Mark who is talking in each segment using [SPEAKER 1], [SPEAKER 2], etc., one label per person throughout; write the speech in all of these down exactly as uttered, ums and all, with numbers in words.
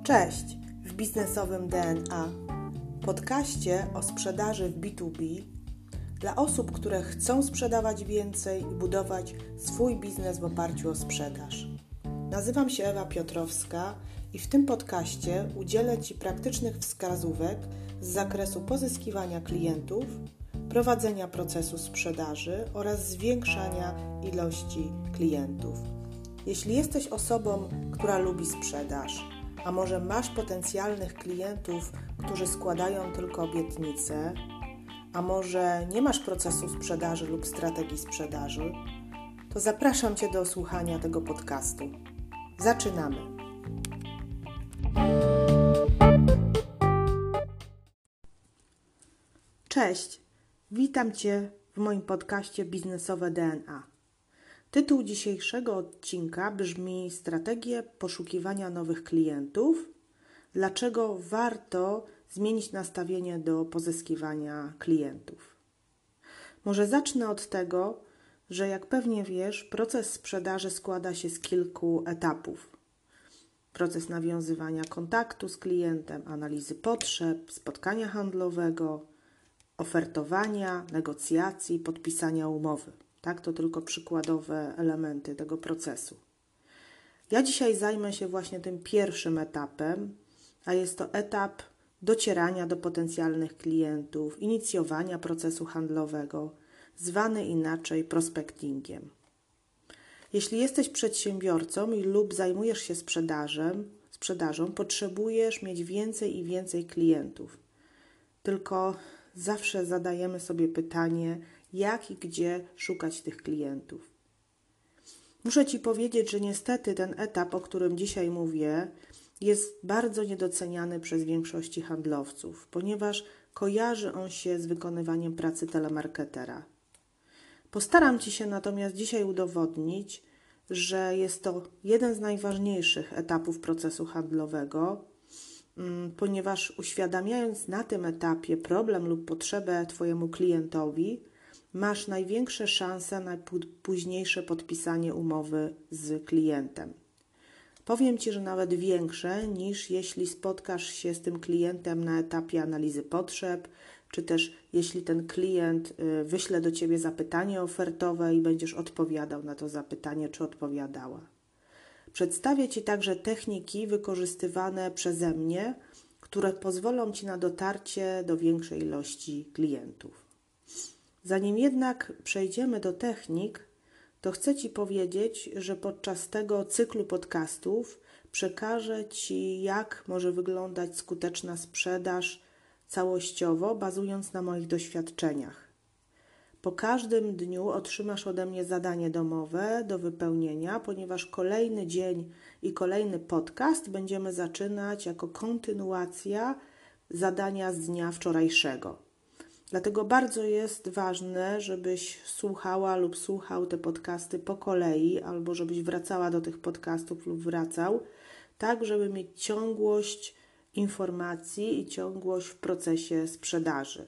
[SPEAKER 1] Cześć w biznesowym D N A, podcaście o sprzedaży w B dwa B dla osób, które chcą sprzedawać więcej i budować swój biznes w oparciu o sprzedaż. Nazywam się Ewa Piotrowska i w tym podcaście udzielę Ci praktycznych wskazówek z zakresu pozyskiwania klientów, prowadzenia procesu sprzedaży oraz zwiększania ilości klientów. Jeśli jesteś osobą, która lubi sprzedaż, a może masz potencjalnych klientów, którzy składają tylko obietnice, a może nie masz procesu sprzedaży lub strategii sprzedaży, to zapraszam Cię do słuchania tego podcastu. Zaczynamy! Cześć! Witam Cię w moim podcaście Biznesowe D N A. Tytuł dzisiejszego odcinka brzmi Strategie poszukiwania nowych klientów. Dlaczego warto zmienić nastawienie do pozyskiwania klientów? Może zacznę od tego, że jak pewnie wiesz, proces sprzedaży składa się z kilku etapów. Proces nawiązywania kontaktu z klientem, analizy potrzeb, spotkania handlowego, ofertowania, negocjacji, podpisania umowy. Tak, to tylko przykładowe elementy tego procesu. Ja dzisiaj zajmę się właśnie tym pierwszym etapem, a jest to etap docierania do potencjalnych klientów, inicjowania procesu handlowego, zwany inaczej prospectingiem. Jeśli jesteś przedsiębiorcą i lub zajmujesz się sprzedażą, sprzedażą, potrzebujesz mieć więcej i więcej klientów. Tylko zawsze zadajemy sobie pytanie, jak i gdzie szukać tych klientów. Muszę Ci powiedzieć, że niestety ten etap, o którym dzisiaj mówię, jest bardzo niedoceniany przez większość handlowców, ponieważ kojarzy on się z wykonywaniem pracy telemarketera. Postaram Ci się natomiast dzisiaj udowodnić, że jest to jeden z najważniejszych etapów procesu handlowego, ponieważ uświadamiając na tym etapie problem lub potrzebę Twojemu klientowi, masz największe szanse na późniejsze podpisanie umowy z klientem. Powiem Ci, że nawet większe niż jeśli spotkasz się z tym klientem na etapie analizy potrzeb, czy też jeśli ten klient wyśle do Ciebie zapytanie ofertowe i będziesz odpowiadał na to zapytanie, czy odpowiadała. Przedstawię Ci także techniki wykorzystywane przeze mnie, które pozwolą Ci na dotarcie do większej ilości klientów. Zanim jednak przejdziemy do technik, to chcę Ci powiedzieć, że podczas tego cyklu podcastów przekażę Ci, jak może wyglądać skuteczna sprzedaż całościowo, bazując na moich doświadczeniach. Po każdym dniu otrzymasz ode mnie zadanie domowe do wypełnienia, ponieważ kolejny dzień i kolejny podcast będziemy zaczynać jako kontynuacja zadania z dnia wczorajszego. Dlatego bardzo jest ważne, żebyś słuchała lub słuchał te podcasty po kolei, albo żebyś wracała do tych podcastów lub wracał, tak żeby mieć ciągłość informacji i ciągłość w procesie sprzedaży.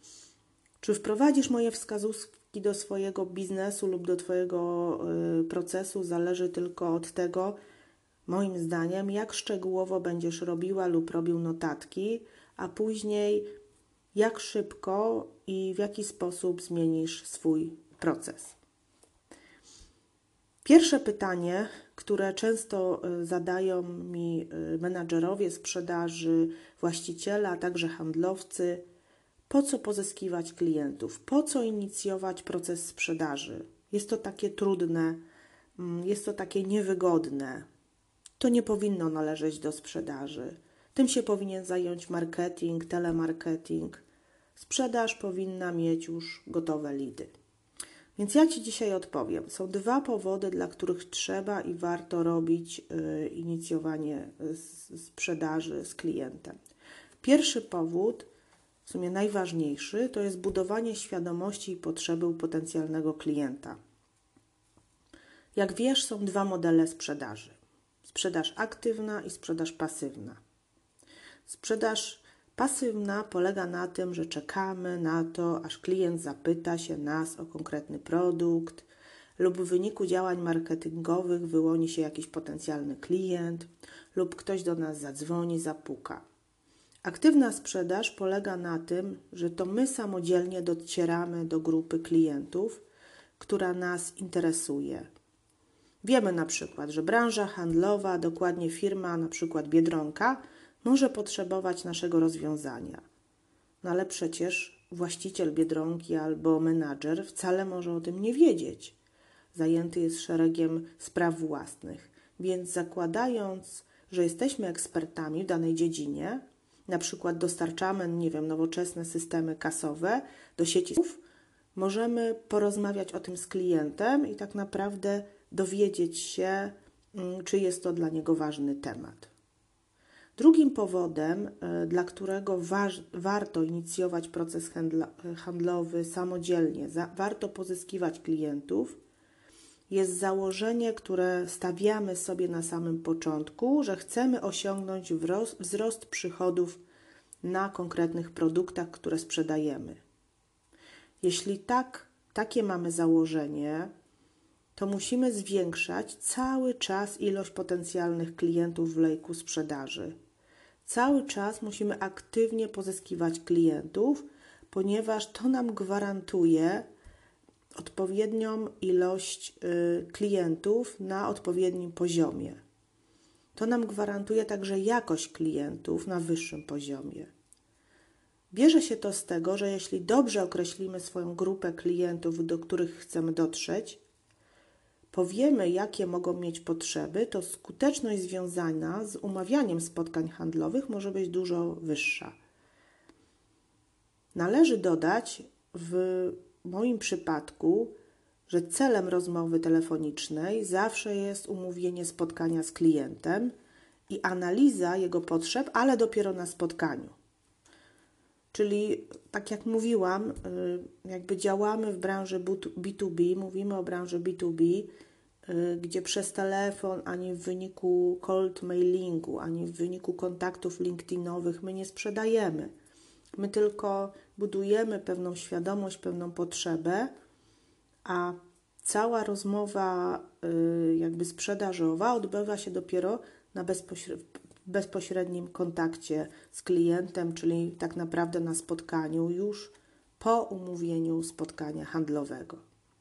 [SPEAKER 1] Czy wprowadzisz moje wskazówki do swojego biznesu lub do Twojego y, procesu, zależy tylko od tego, moim zdaniem, jak szczegółowo będziesz robiła lub robił notatki, a później jak szybko i w jaki sposób zmienisz swój proces. Pierwsze pytanie, które często zadają mi menadżerowie sprzedaży, właściciele, a także handlowcy: po co pozyskiwać klientów? Po co inicjować proces sprzedaży? Jest to takie trudne, jest to takie niewygodne. To nie powinno należeć do sprzedaży. Tym się powinien zająć marketing, telemarketing. Sprzedaż powinna mieć już gotowe lidy. Więc ja Ci dzisiaj odpowiem. Są dwa powody, dla których trzeba i warto robić y, inicjowanie y, sprzedaży z klientem. Pierwszy powód, w sumie najważniejszy, to jest budowanie świadomości i potrzeby u potencjalnego klienta. Jak wiesz, są dwa modele sprzedaży. Sprzedaż aktywna i sprzedaż pasywna. Sprzedaż pasywna polega na tym, że czekamy na to, aż klient zapyta się nas o konkretny produkt lub w wyniku działań marketingowych wyłoni się jakiś potencjalny klient lub ktoś do nas zadzwoni, zapuka. Aktywna sprzedaż polega na tym, że to my samodzielnie docieramy do grupy klientów, która nas interesuje. Wiemy na przykład, że branża handlowa, dokładnie firma, na przykład Biedronka, może potrzebować naszego rozwiązania. No ale przecież właściciel Biedronki albo menadżer wcale może o tym nie wiedzieć. Zajęty jest szeregiem spraw własnych, więc zakładając, że jesteśmy ekspertami w danej dziedzinie, na przykład dostarczamy, nie wiem, nowoczesne systemy kasowe do sieci, możemy porozmawiać o tym z klientem i tak naprawdę dowiedzieć się, czy jest to dla niego ważny temat. Drugim powodem, dla którego waż, warto inicjować proces handla, handlowy samodzielnie, za, warto pozyskiwać klientów, jest założenie, które stawiamy sobie na samym początku, że chcemy osiągnąć wzrost, wzrost przychodów na konkretnych produktach, które sprzedajemy. Jeśli tak, takie mamy założenie, to musimy zwiększać cały czas ilość potencjalnych klientów w lejku sprzedaży. Cały czas musimy aktywnie pozyskiwać klientów, ponieważ to nam gwarantuje odpowiednią ilość y, klientów na odpowiednim poziomie. To nam gwarantuje także jakość klientów na wyższym poziomie. Bierze się to z tego, że jeśli dobrze określimy swoją grupę klientów, do których chcemy dotrzeć, powiemy, jakie mogą mieć potrzeby, to skuteczność związana z umawianiem spotkań handlowych może być dużo wyższa. Należy dodać w moim przypadku, że celem rozmowy telefonicznej zawsze jest umówienie spotkania z klientem i analiza jego potrzeb, ale dopiero na spotkaniu. Czyli, tak jak mówiłam, jakby działamy w branży B dwa B, mówimy o branży B dwa B, gdzie przez telefon, ani w wyniku cold mailingu, ani w wyniku kontaktów LinkedInowych my nie sprzedajemy. My tylko budujemy pewną świadomość, pewną potrzebę, a cała rozmowa jakby sprzedażowa odbywa się dopiero na bezpośrednim kontakcie z klientem, czyli tak naprawdę na spotkaniu już po umówieniu spotkania handlowego.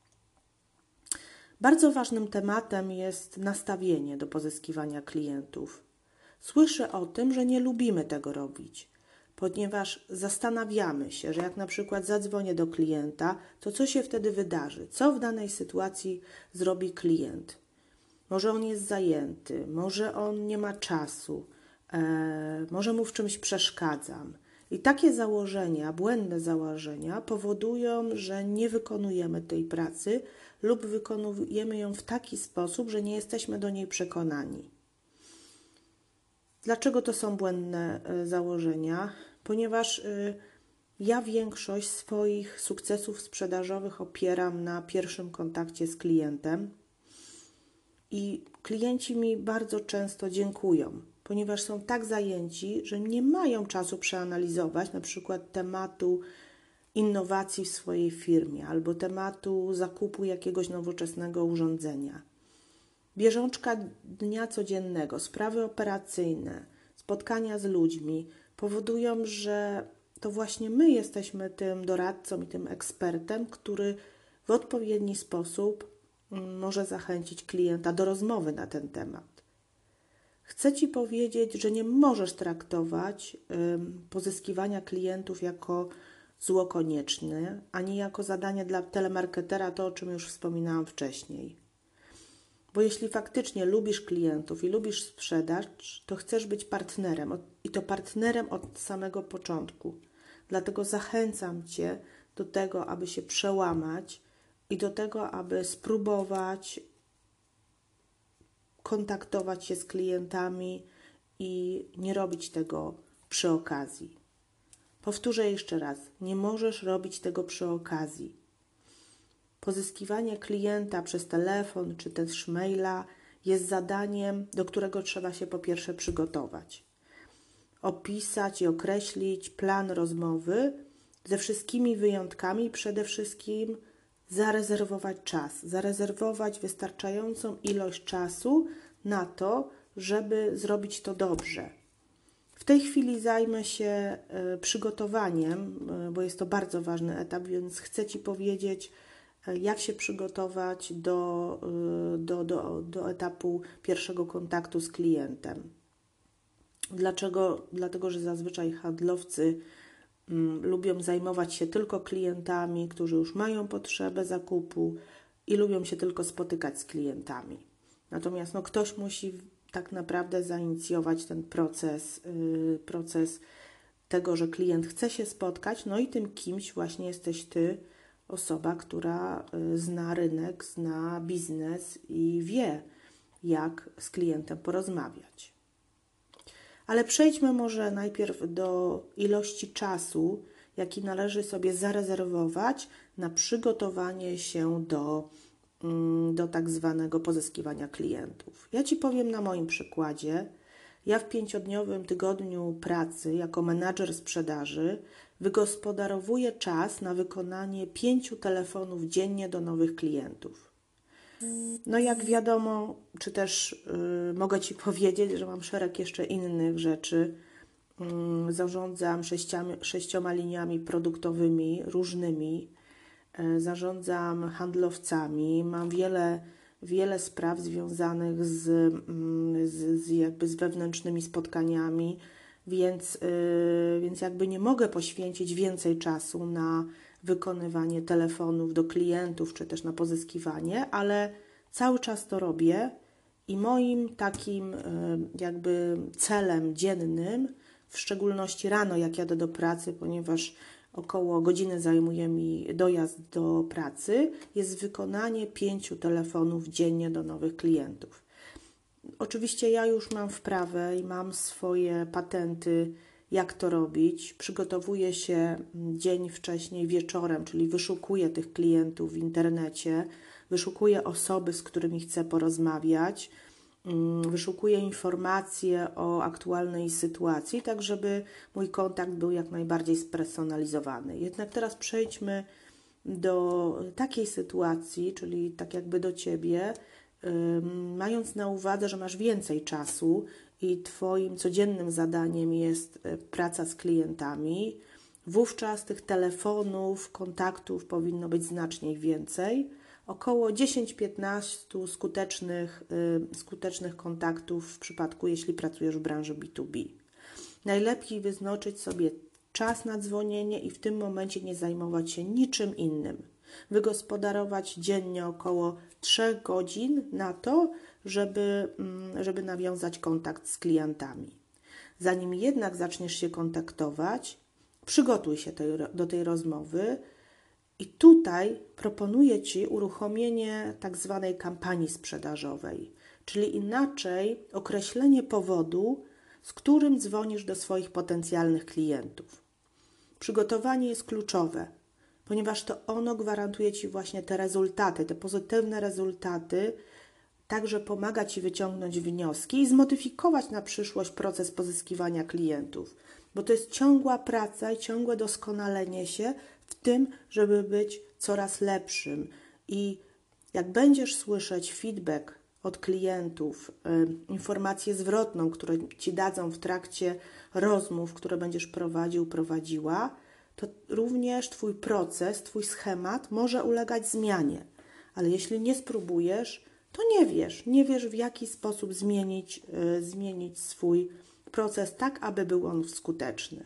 [SPEAKER 1] Bardzo ważnym tematem jest nastawienie do pozyskiwania klientów. Słyszę o tym, że nie lubimy tego robić, ponieważ zastanawiamy się, że jak na przykład zadzwonię do klienta, to co się wtedy wydarzy? Co w danej sytuacji zrobi klient? Może on jest zajęty, może on nie ma czasu, e, może mu w czymś przeszkadzam. I takie założenia, błędne założenia powodują, że nie wykonujemy tej pracy lub wykonujemy ją w taki sposób, że nie jesteśmy do niej przekonani. Dlaczego to są błędne założenia? Ponieważ ja większość swoich sukcesów sprzedażowych opieram na pierwszym kontakcie z klientem i klienci mi bardzo często dziękują, ponieważ są tak zajęci, że nie mają czasu przeanalizować na przykład tematu innowacji w swojej firmie albo tematu zakupu jakiegoś nowoczesnego urządzenia. Bieżączka dnia codziennego, sprawy operacyjne, spotkania z ludźmi powodują, że to właśnie my jesteśmy tym doradcą i tym ekspertem, który w odpowiedni sposób może zachęcić klienta do rozmowy na ten temat. Chcę Ci powiedzieć, że nie możesz traktować ym, pozyskiwania klientów jako zło konieczne, ani jako zadanie dla telemarketera, to o czym już wspominałam wcześniej. Bo jeśli faktycznie lubisz klientów i lubisz sprzedaż, to chcesz być partnerem i to partnerem od samego początku. Dlatego zachęcam Cię do tego, aby się przełamać i do tego, aby spróbować kontaktować się z klientami i nie robić tego przy okazji. Powtórzę jeszcze raz, nie możesz robić tego przy okazji. Pozyskiwanie klienta przez telefon czy też maila jest zadaniem, do którego trzeba się po pierwsze przygotować. Opisać i określić plan rozmowy ze wszystkimi wyjątkami, przede wszystkim zarezerwować czas, zarezerwować wystarczającą ilość czasu na to, żeby zrobić to dobrze. W tej chwili zajmę się przygotowaniem, bo jest to bardzo ważny etap, więc chcę Ci powiedzieć, jak się przygotować do, do, do, do etapu pierwszego kontaktu z klientem. Dlaczego? Dlatego, że zazwyczaj handlowcy mm, lubią zajmować się tylko klientami, którzy już mają potrzebę zakupu i lubią się tylko spotykać z klientami. Natomiast no, ktoś musi tak naprawdę zainicjować ten proces, yy, proces tego, że klient chce się spotkać, no i tym kimś właśnie jesteś Ty, osoba, która zna rynek, zna biznes i wie, jak z klientem porozmawiać. Ale przejdźmy może najpierw do ilości czasu, jaki należy sobie zarezerwować na przygotowanie się do, do tak zwanego pozyskiwania klientów. Ja Ci powiem na moim przykładzie. Ja w pięciodniowym tygodniu pracy jako menadżer sprzedaży wygospodarowuję czas na wykonanie pięciu telefonów dziennie do nowych klientów. No jak wiadomo, czy też yy, mogę Ci powiedzieć, że mam szereg jeszcze innych rzeczy. Yy, zarządzam sześciami, sześcioma liniami produktowymi różnymi, yy, zarządzam handlowcami, mam wiele wiele spraw związanych z, z, z, jakby z wewnętrznymi spotkaniami, więc, yy, więc jakby nie mogę poświęcić więcej czasu na wykonywanie telefonów do klientów, czy też na pozyskiwanie, ale cały czas to robię i moim takim yy, jakby celem dziennym, w szczególności rano jak jadę do pracy, ponieważ około godziny zajmuje mi dojazd do pracy, jest wykonanie pięciu telefonów dziennie do nowych klientów. Oczywiście ja już mam wprawę i mam swoje patenty, jak to robić. Przygotowuję się dzień wcześniej wieczorem, czyli wyszukuję tych klientów w internecie, wyszukuję osoby, z którymi chcę porozmawiać, wyszukuję informacje o aktualnej sytuacji, tak żeby mój kontakt był jak najbardziej spersonalizowany. Jednak teraz przejdźmy do takiej sytuacji, czyli tak jakby do Ciebie, mając na uwadze, że masz więcej czasu i Twoim codziennym zadaniem jest praca z klientami, wówczas tych telefonów, kontaktów powinno być znacznie więcej. Około dziesięć do piętnastu skutecznych, y, skutecznych kontaktów w przypadku, jeśli pracujesz w branży B dwa B. Najlepiej wyznaczyć sobie czas na dzwonienie i w tym momencie nie zajmować się niczym innym. Wygospodarować dziennie około trzech godzin na to, żeby, żeby nawiązać kontakt z klientami. Zanim jednak zaczniesz się kontaktować, przygotuj się tej, do tej rozmowy. I tutaj proponuję Ci uruchomienie tak zwanej kampanii sprzedażowej, czyli inaczej określenie powodu, z którym dzwonisz do swoich potencjalnych klientów. Przygotowanie jest kluczowe, ponieważ to ono gwarantuje Ci właśnie te rezultaty, te pozytywne rezultaty, także pomaga Ci wyciągnąć wnioski i zmodyfikować na przyszłość proces pozyskiwania klientów, bo to jest ciągła praca i ciągłe doskonalenie się w tym, żeby być coraz lepszym. I jak będziesz słyszeć feedback od klientów, y, informację zwrotną, którą Ci dadzą w trakcie rozmów, które będziesz prowadził, prowadziła, to również Twój proces, Twój schemat może ulegać zmianie. Ale jeśli nie spróbujesz, to nie wiesz, nie wiesz w jaki sposób zmienić, y, zmienić swój proces tak, aby był on skuteczny.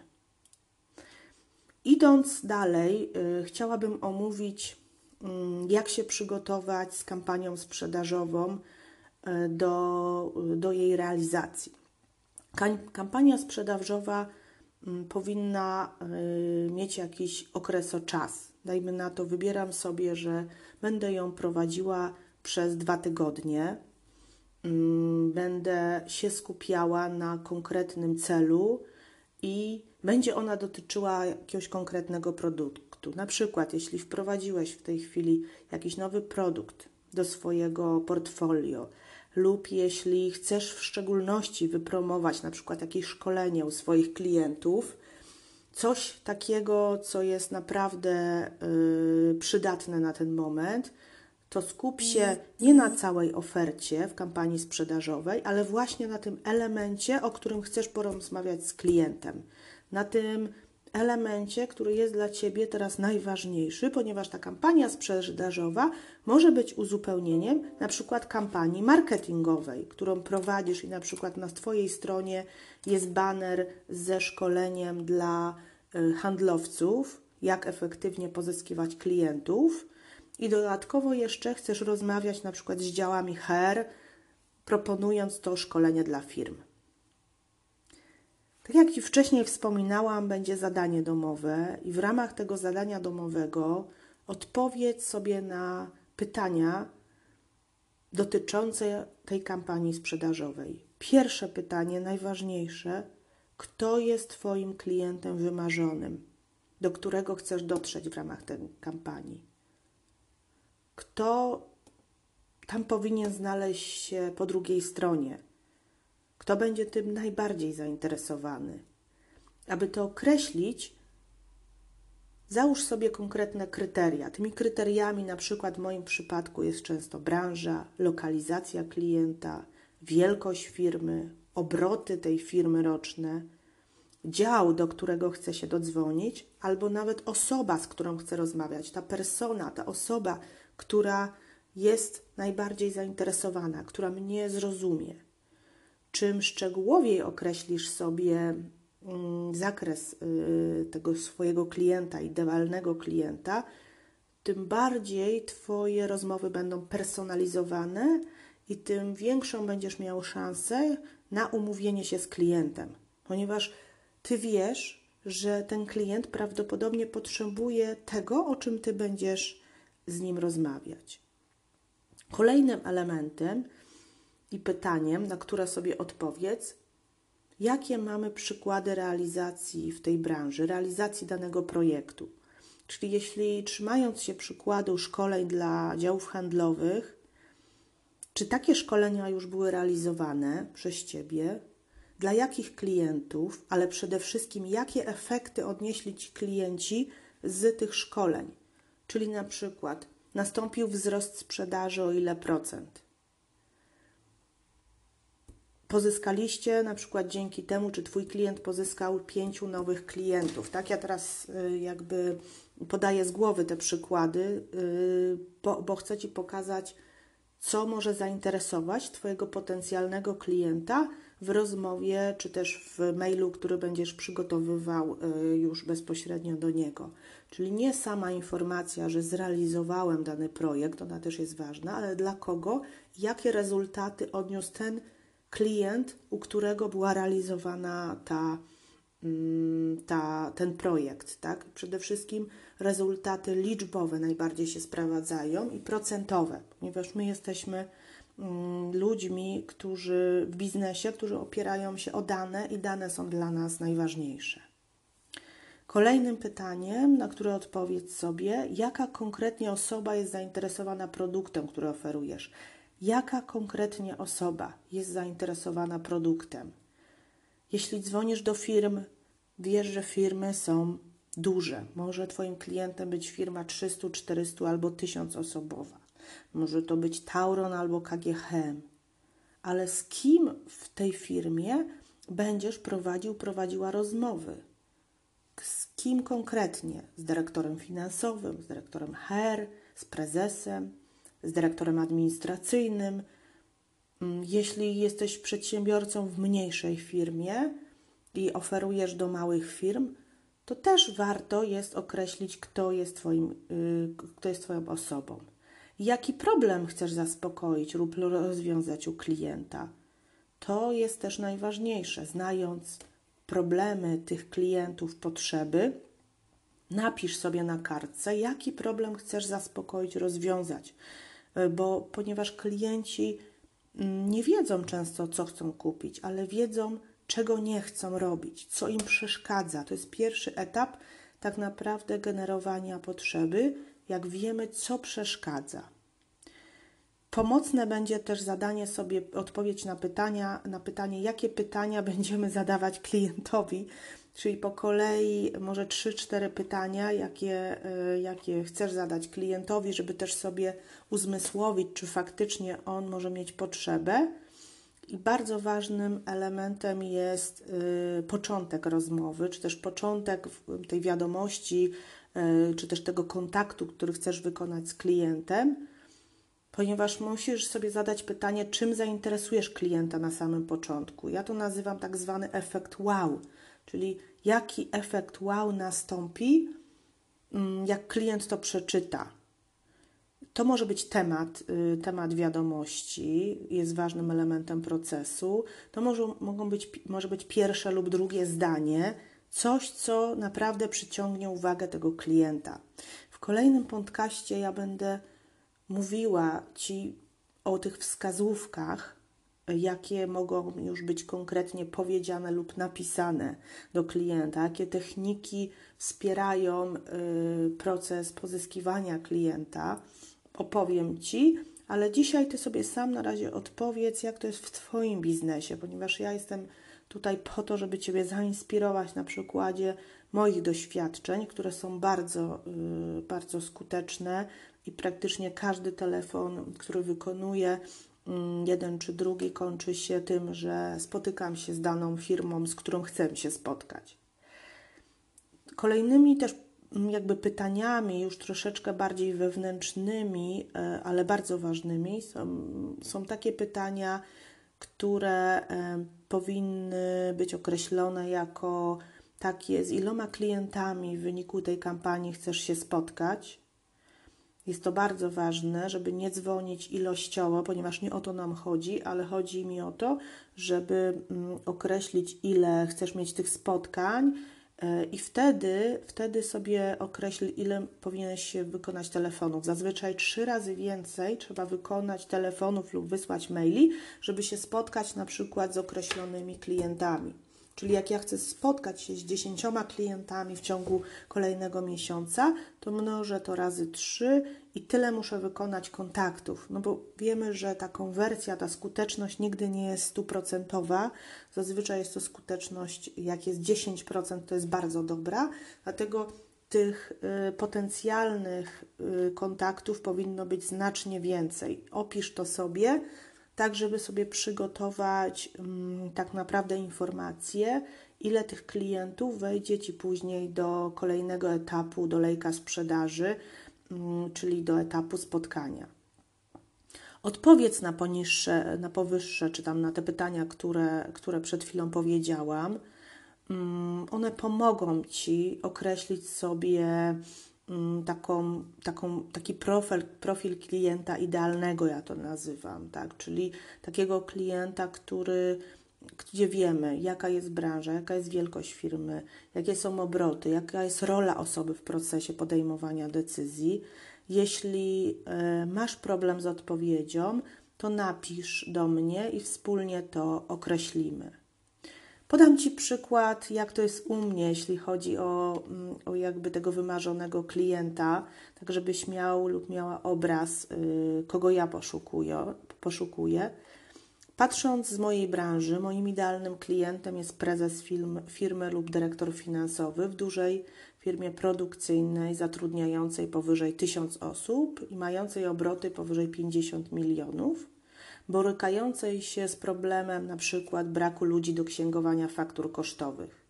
[SPEAKER 1] Idąc dalej, y, chciałabym omówić, y, jak się przygotować z kampanią sprzedażową y, do, y, do jej realizacji. Kampania sprzedażowa y, powinna y, mieć jakiś okresoczas. Dajmy na to, wybieram sobie, że będę ją prowadziła przez dwa tygodnie. Y, będę się skupiała na konkretnym celu i będzie ona dotyczyła jakiegoś konkretnego produktu. Na przykład, jeśli wprowadziłeś w tej chwili jakiś nowy produkt do swojego portfolio lub jeśli chcesz w szczególności wypromować na przykład jakieś szkolenie u swoich klientów, coś takiego, co jest naprawdę yy, przydatne na ten moment, to skup się nie na całej ofercie w kampanii sprzedażowej, ale właśnie na tym elemencie, o którym chcesz porozmawiać z klientem. Na tym elemencie, który jest dla Ciebie teraz najważniejszy, ponieważ ta kampania sprzedażowa może być uzupełnieniem na przykład kampanii marketingowej, którą prowadzisz i na przykład na Twojej stronie jest baner ze szkoleniem dla handlowców, jak efektywnie pozyskiwać klientów. I dodatkowo jeszcze chcesz rozmawiać na przykład z działami H R, proponując to szkolenie dla firm. Tak jak Ci wcześniej wspominałam, będzie zadanie domowe i w ramach tego zadania domowego odpowiedz sobie na pytania dotyczące tej kampanii sprzedażowej. Pierwsze pytanie, najważniejsze: kto jest Twoim klientem wymarzonym, do którego chcesz dotrzeć w ramach tej kampanii? Kto tam powinien znaleźć się po drugiej stronie? Kto będzie tym najbardziej zainteresowany? Aby to określić, załóż sobie konkretne kryteria. Tymi kryteriami na przykład w moim przypadku jest często branża, lokalizacja klienta, wielkość firmy, obroty tej firmy roczne, dział, do którego chcę się dodzwonić, albo nawet osoba, z którą chcę rozmawiać, ta persona, ta osoba, która jest najbardziej zainteresowana, która mnie zrozumie. Czym szczegółowiej określisz sobie mm, zakres y, tego swojego klienta, idealnego klienta, tym bardziej Twoje rozmowy będą personalizowane i tym większą będziesz miał szansę na umówienie się z klientem, ponieważ Ty wiesz, że ten klient prawdopodobnie potrzebuje tego, o czym Ty będziesz z nim rozmawiać. Kolejnym elementem i pytaniem, na które sobie odpowiedz, jakie mamy przykłady realizacji w tej branży, realizacji danego projektu. Czyli jeśli trzymając się przykładu szkoleń dla działów handlowych, czy takie szkolenia już były realizowane przez Ciebie, dla jakich klientów, ale przede wszystkim jakie efekty odnieśli Ci klienci z tych szkoleń. Czyli na przykład nastąpił wzrost sprzedaży o ile procent. Pozyskaliście na przykład dzięki temu, czy Twój klient pozyskał pięciu nowych klientów. Tak, ja teraz jakby podaję z głowy te przykłady, bo, bo chcę Ci pokazać, co może zainteresować Twojego potencjalnego klienta w rozmowie, czy też w mailu, który będziesz przygotowywał już bezpośrednio do niego. Czyli nie sama informacja, że zrealizowałem dany projekt, ona też jest ważna, ale dla kogo, jakie rezultaty odniósł ten klient, u którego była realizowana ta, ta, ten projekt. Tak? Przede wszystkim rezultaty liczbowe najbardziej się sprawdzają i procentowe, ponieważ my jesteśmy ludźmi, którzy w biznesie, którzy opierają się o dane i dane są dla nas najważniejsze. Kolejnym pytaniem, na które odpowiedz sobie, jaka konkretnie osoba jest zainteresowana produktem, który oferujesz? Jaka konkretnie osoba jest zainteresowana produktem? Jeśli dzwonisz do firm, wiesz, że firmy są duże. Może Twoim klientem być firma trzysta, czterysta albo tysiąc osobowa. Może to być Tauron albo K G H M. Ale z kim w tej firmie będziesz prowadził, prowadziła rozmowy? Z kim konkretnie? Z dyrektorem finansowym, z dyrektorem H R, z prezesem, z dyrektorem administracyjnym. Jeśli jesteś przedsiębiorcą w mniejszej firmie i oferujesz do małych firm, to też warto jest określić, kto jest twoim, kto jest Twoją osobą. Jaki problem chcesz zaspokoić lub rozwiązać u klienta? To jest też najważniejsze. Znając problemy tych klientów, potrzeby, napisz sobie na kartce, jaki problem chcesz zaspokoić, rozwiązać. Bo ponieważ klienci nie wiedzą często, co chcą kupić, ale wiedzą, czego nie chcą robić, co im przeszkadza. To jest pierwszy etap tak naprawdę generowania potrzeby, jak wiemy, co przeszkadza. Pomocne będzie też zadanie sobie, odpowiedź na pytania, na pytanie, jakie pytania będziemy zadawać klientowi, czyli po kolei może trzy cztery pytania, jakie, jakie chcesz zadać klientowi, żeby też sobie uzmysłowić, czy faktycznie on może mieć potrzebę. I bardzo ważnym elementem jest y, początek rozmowy, czy też początek tej wiadomości, y, czy też tego kontaktu, który chcesz wykonać z klientem, ponieważ musisz sobie zadać pytanie, czym zainteresujesz klienta na samym początku. Ja to nazywam tak zwany efekt wow, czyli jaki efekt wow nastąpi, y, jak klient to przeczyta. To może być temat, y, temat wiadomości, jest ważnym elementem procesu. To może, mogą być, może być pierwsze lub drugie zdanie, coś, co naprawdę przyciągnie uwagę tego klienta. W kolejnym podcaście ja będę mówiła Ci o tych wskazówkach, jakie mogą już być konkretnie powiedziane lub napisane do klienta, jakie techniki wspierają y, proces pozyskiwania klienta. Opowiem Ci, ale dzisiaj Ty sobie sam na razie odpowiedz, jak to jest w Twoim biznesie, ponieważ ja jestem tutaj po to, żeby Ciebie zainspirować na przykładzie moich doświadczeń, które są bardzo, yy, bardzo skuteczne i praktycznie każdy telefon, który wykonuję, yy, jeden czy drugi, kończy się tym, że spotykam się z daną firmą, z którą chcę się spotkać. Kolejnymi też jakby pytaniami już troszeczkę bardziej wewnętrznymi, ale bardzo ważnymi są, są takie pytania, które powinny być określone jako takie, z iloma klientami w wyniku tej kampanii chcesz się spotkać. Jest to bardzo ważne, żeby nie dzwonić ilościowo, ponieważ nie o to nam chodzi, ale chodzi mi o to, żeby określić, ile chcesz mieć tych spotkań, i wtedy, wtedy sobie określ, ile powinieneś się wykonać telefonów. Zazwyczaj trzy razy więcej trzeba wykonać telefonów lub wysłać maili, żeby się spotkać na przykład z określonymi klientami. Czyli jak ja chcę spotkać się z dziesięcioma klientami w ciągu kolejnego miesiąca, to mnożę to razy trzy i tyle muszę wykonać kontaktów. No bo wiemy, że ta konwersja, ta skuteczność nigdy nie jest stuprocentowa. Zazwyczaj jest to skuteczność, jak jest dziesięć procent, to jest bardzo dobra. Dlatego tych y, potencjalnych y, kontaktów powinno być znacznie więcej. Opisz to sobie, tak żeby sobie przygotować um, tak naprawdę informacje, ile tych klientów wejdzie Ci później do kolejnego etapu, do lejka sprzedaży, um, czyli do etapu spotkania. Odpowiedz na poniższe, na powyższe, czy tam na te pytania, które, które przed chwilą powiedziałam. Um, one pomogą Ci określić sobie Taką, taką, taki profil, profil klienta idealnego, ja to nazywam, tak? Czyli takiego klienta, który, gdzie wiemy, jaka jest branża, jaka jest wielkość firmy, jakie są obroty, jaka jest rola osoby w procesie podejmowania decyzji. Jeśli y, masz problem z odpowiedzią, to napisz do mnie i wspólnie to określimy. Podam Ci przykład, jak to jest u mnie, jeśli chodzi o, o jakby tego wymarzonego klienta, tak żebyś miał lub miała obraz, yy, kogo ja poszukuję, poszukuję. Patrząc z mojej branży, moim idealnym klientem jest prezes firm, firmy lub dyrektor finansowy w dużej firmie produkcyjnej zatrudniającej powyżej tysiąc osób i mającej obroty powyżej pięćdziesiąt milionów. Borykającej się z problemem na przykład braku ludzi do księgowania faktur kosztowych.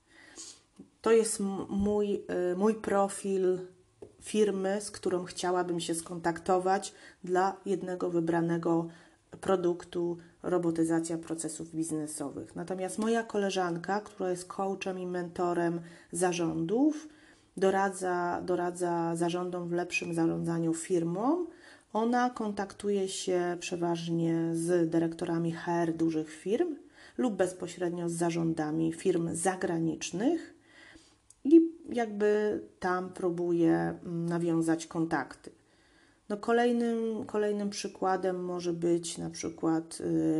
[SPEAKER 1] To jest mój, mój profil firmy, z którą chciałabym się skontaktować dla jednego wybranego produktu robotyzacja procesów biznesowych. Natomiast moja koleżanka, która jest coachem i mentorem zarządów, doradza, doradza zarządom w lepszym zarządzaniu firmą. Ona kontaktuje się przeważnie z dyrektorami H R dużych firm lub bezpośrednio z zarządami firm zagranicznych i jakby tam próbuje nawiązać kontakty. No kolejnym, kolejnym przykładem może być na przykład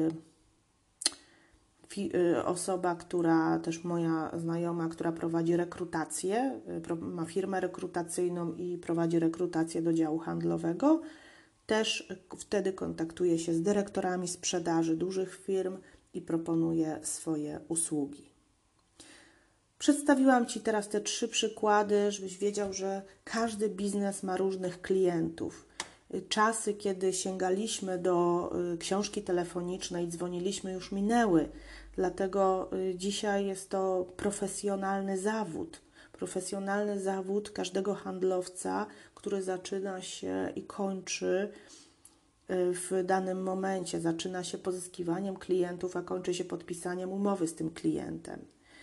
[SPEAKER 1] yy, yy, osoba, która, też moja znajoma, która prowadzi rekrutację, yy, ma firmę rekrutacyjną i prowadzi rekrutację do działu handlowego. Też wtedy kontaktuje się z dyrektorami sprzedaży dużych firm i proponuje swoje usługi. Przedstawiłam Ci teraz te trzy przykłady, żebyś wiedział, że każdy biznes ma różnych klientów. Czasy, kiedy sięgaliśmy do książki telefonicznej, dzwoniliśmy, już minęły. Dlatego dzisiaj jest to profesjonalny zawód. Profesjonalny zawód każdego handlowca, który zaczyna się i kończy w danym momencie. Zaczyna się pozyskiwaniem klientów, a kończy się podpisaniem umowy z tym klientem.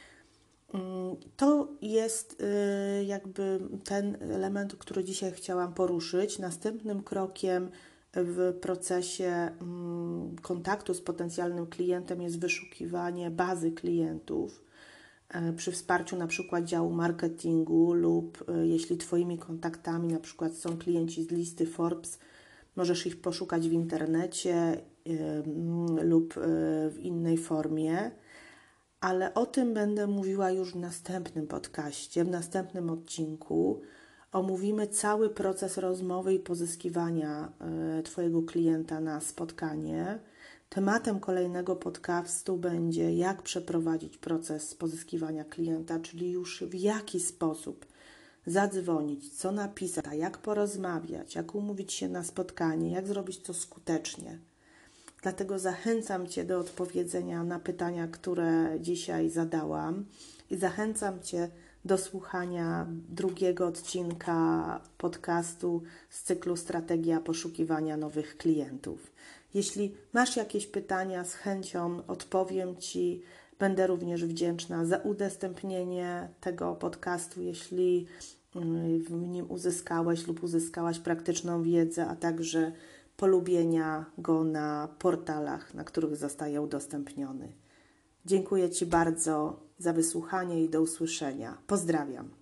[SPEAKER 1] To jest jakby ten element, który dzisiaj chciałam poruszyć. Następnym krokiem w procesie kontaktu z potencjalnym klientem jest wyszukiwanie bazy klientów przy wsparciu na przykład działu marketingu lub jeśli Twoimi kontaktami na przykład są klienci z listy Forbes, możesz ich poszukać w internecie lub w innej formie. Ale o tym będę mówiła już w następnym podcaście, w następnym odcinku. Omówimy cały proces rozmowy i pozyskiwania y, Twojego klienta na spotkanie. Tematem kolejnego podcastu będzie, jak przeprowadzić proces pozyskiwania klienta, czyli już w jaki sposób zadzwonić, co napisać, jak porozmawiać, jak umówić się na spotkanie, jak zrobić to skutecznie. Dlatego zachęcam Cię do odpowiedzenia na pytania, które dzisiaj zadałam i zachęcam Cię do słuchania drugiego odcinka podcastu z cyklu Strategia poszukiwania nowych klientów. Jeśli masz jakieś pytania, z chęcią odpowiem Ci. Będę również wdzięczna za udostępnienie tego podcastu, jeśli w nim uzyskałeś lub uzyskałaś praktyczną wiedzę, a także polubienia go na portalach, na których zostaje udostępniony. Dziękuję Ci bardzo za wysłuchanie i do usłyszenia. Pozdrawiam.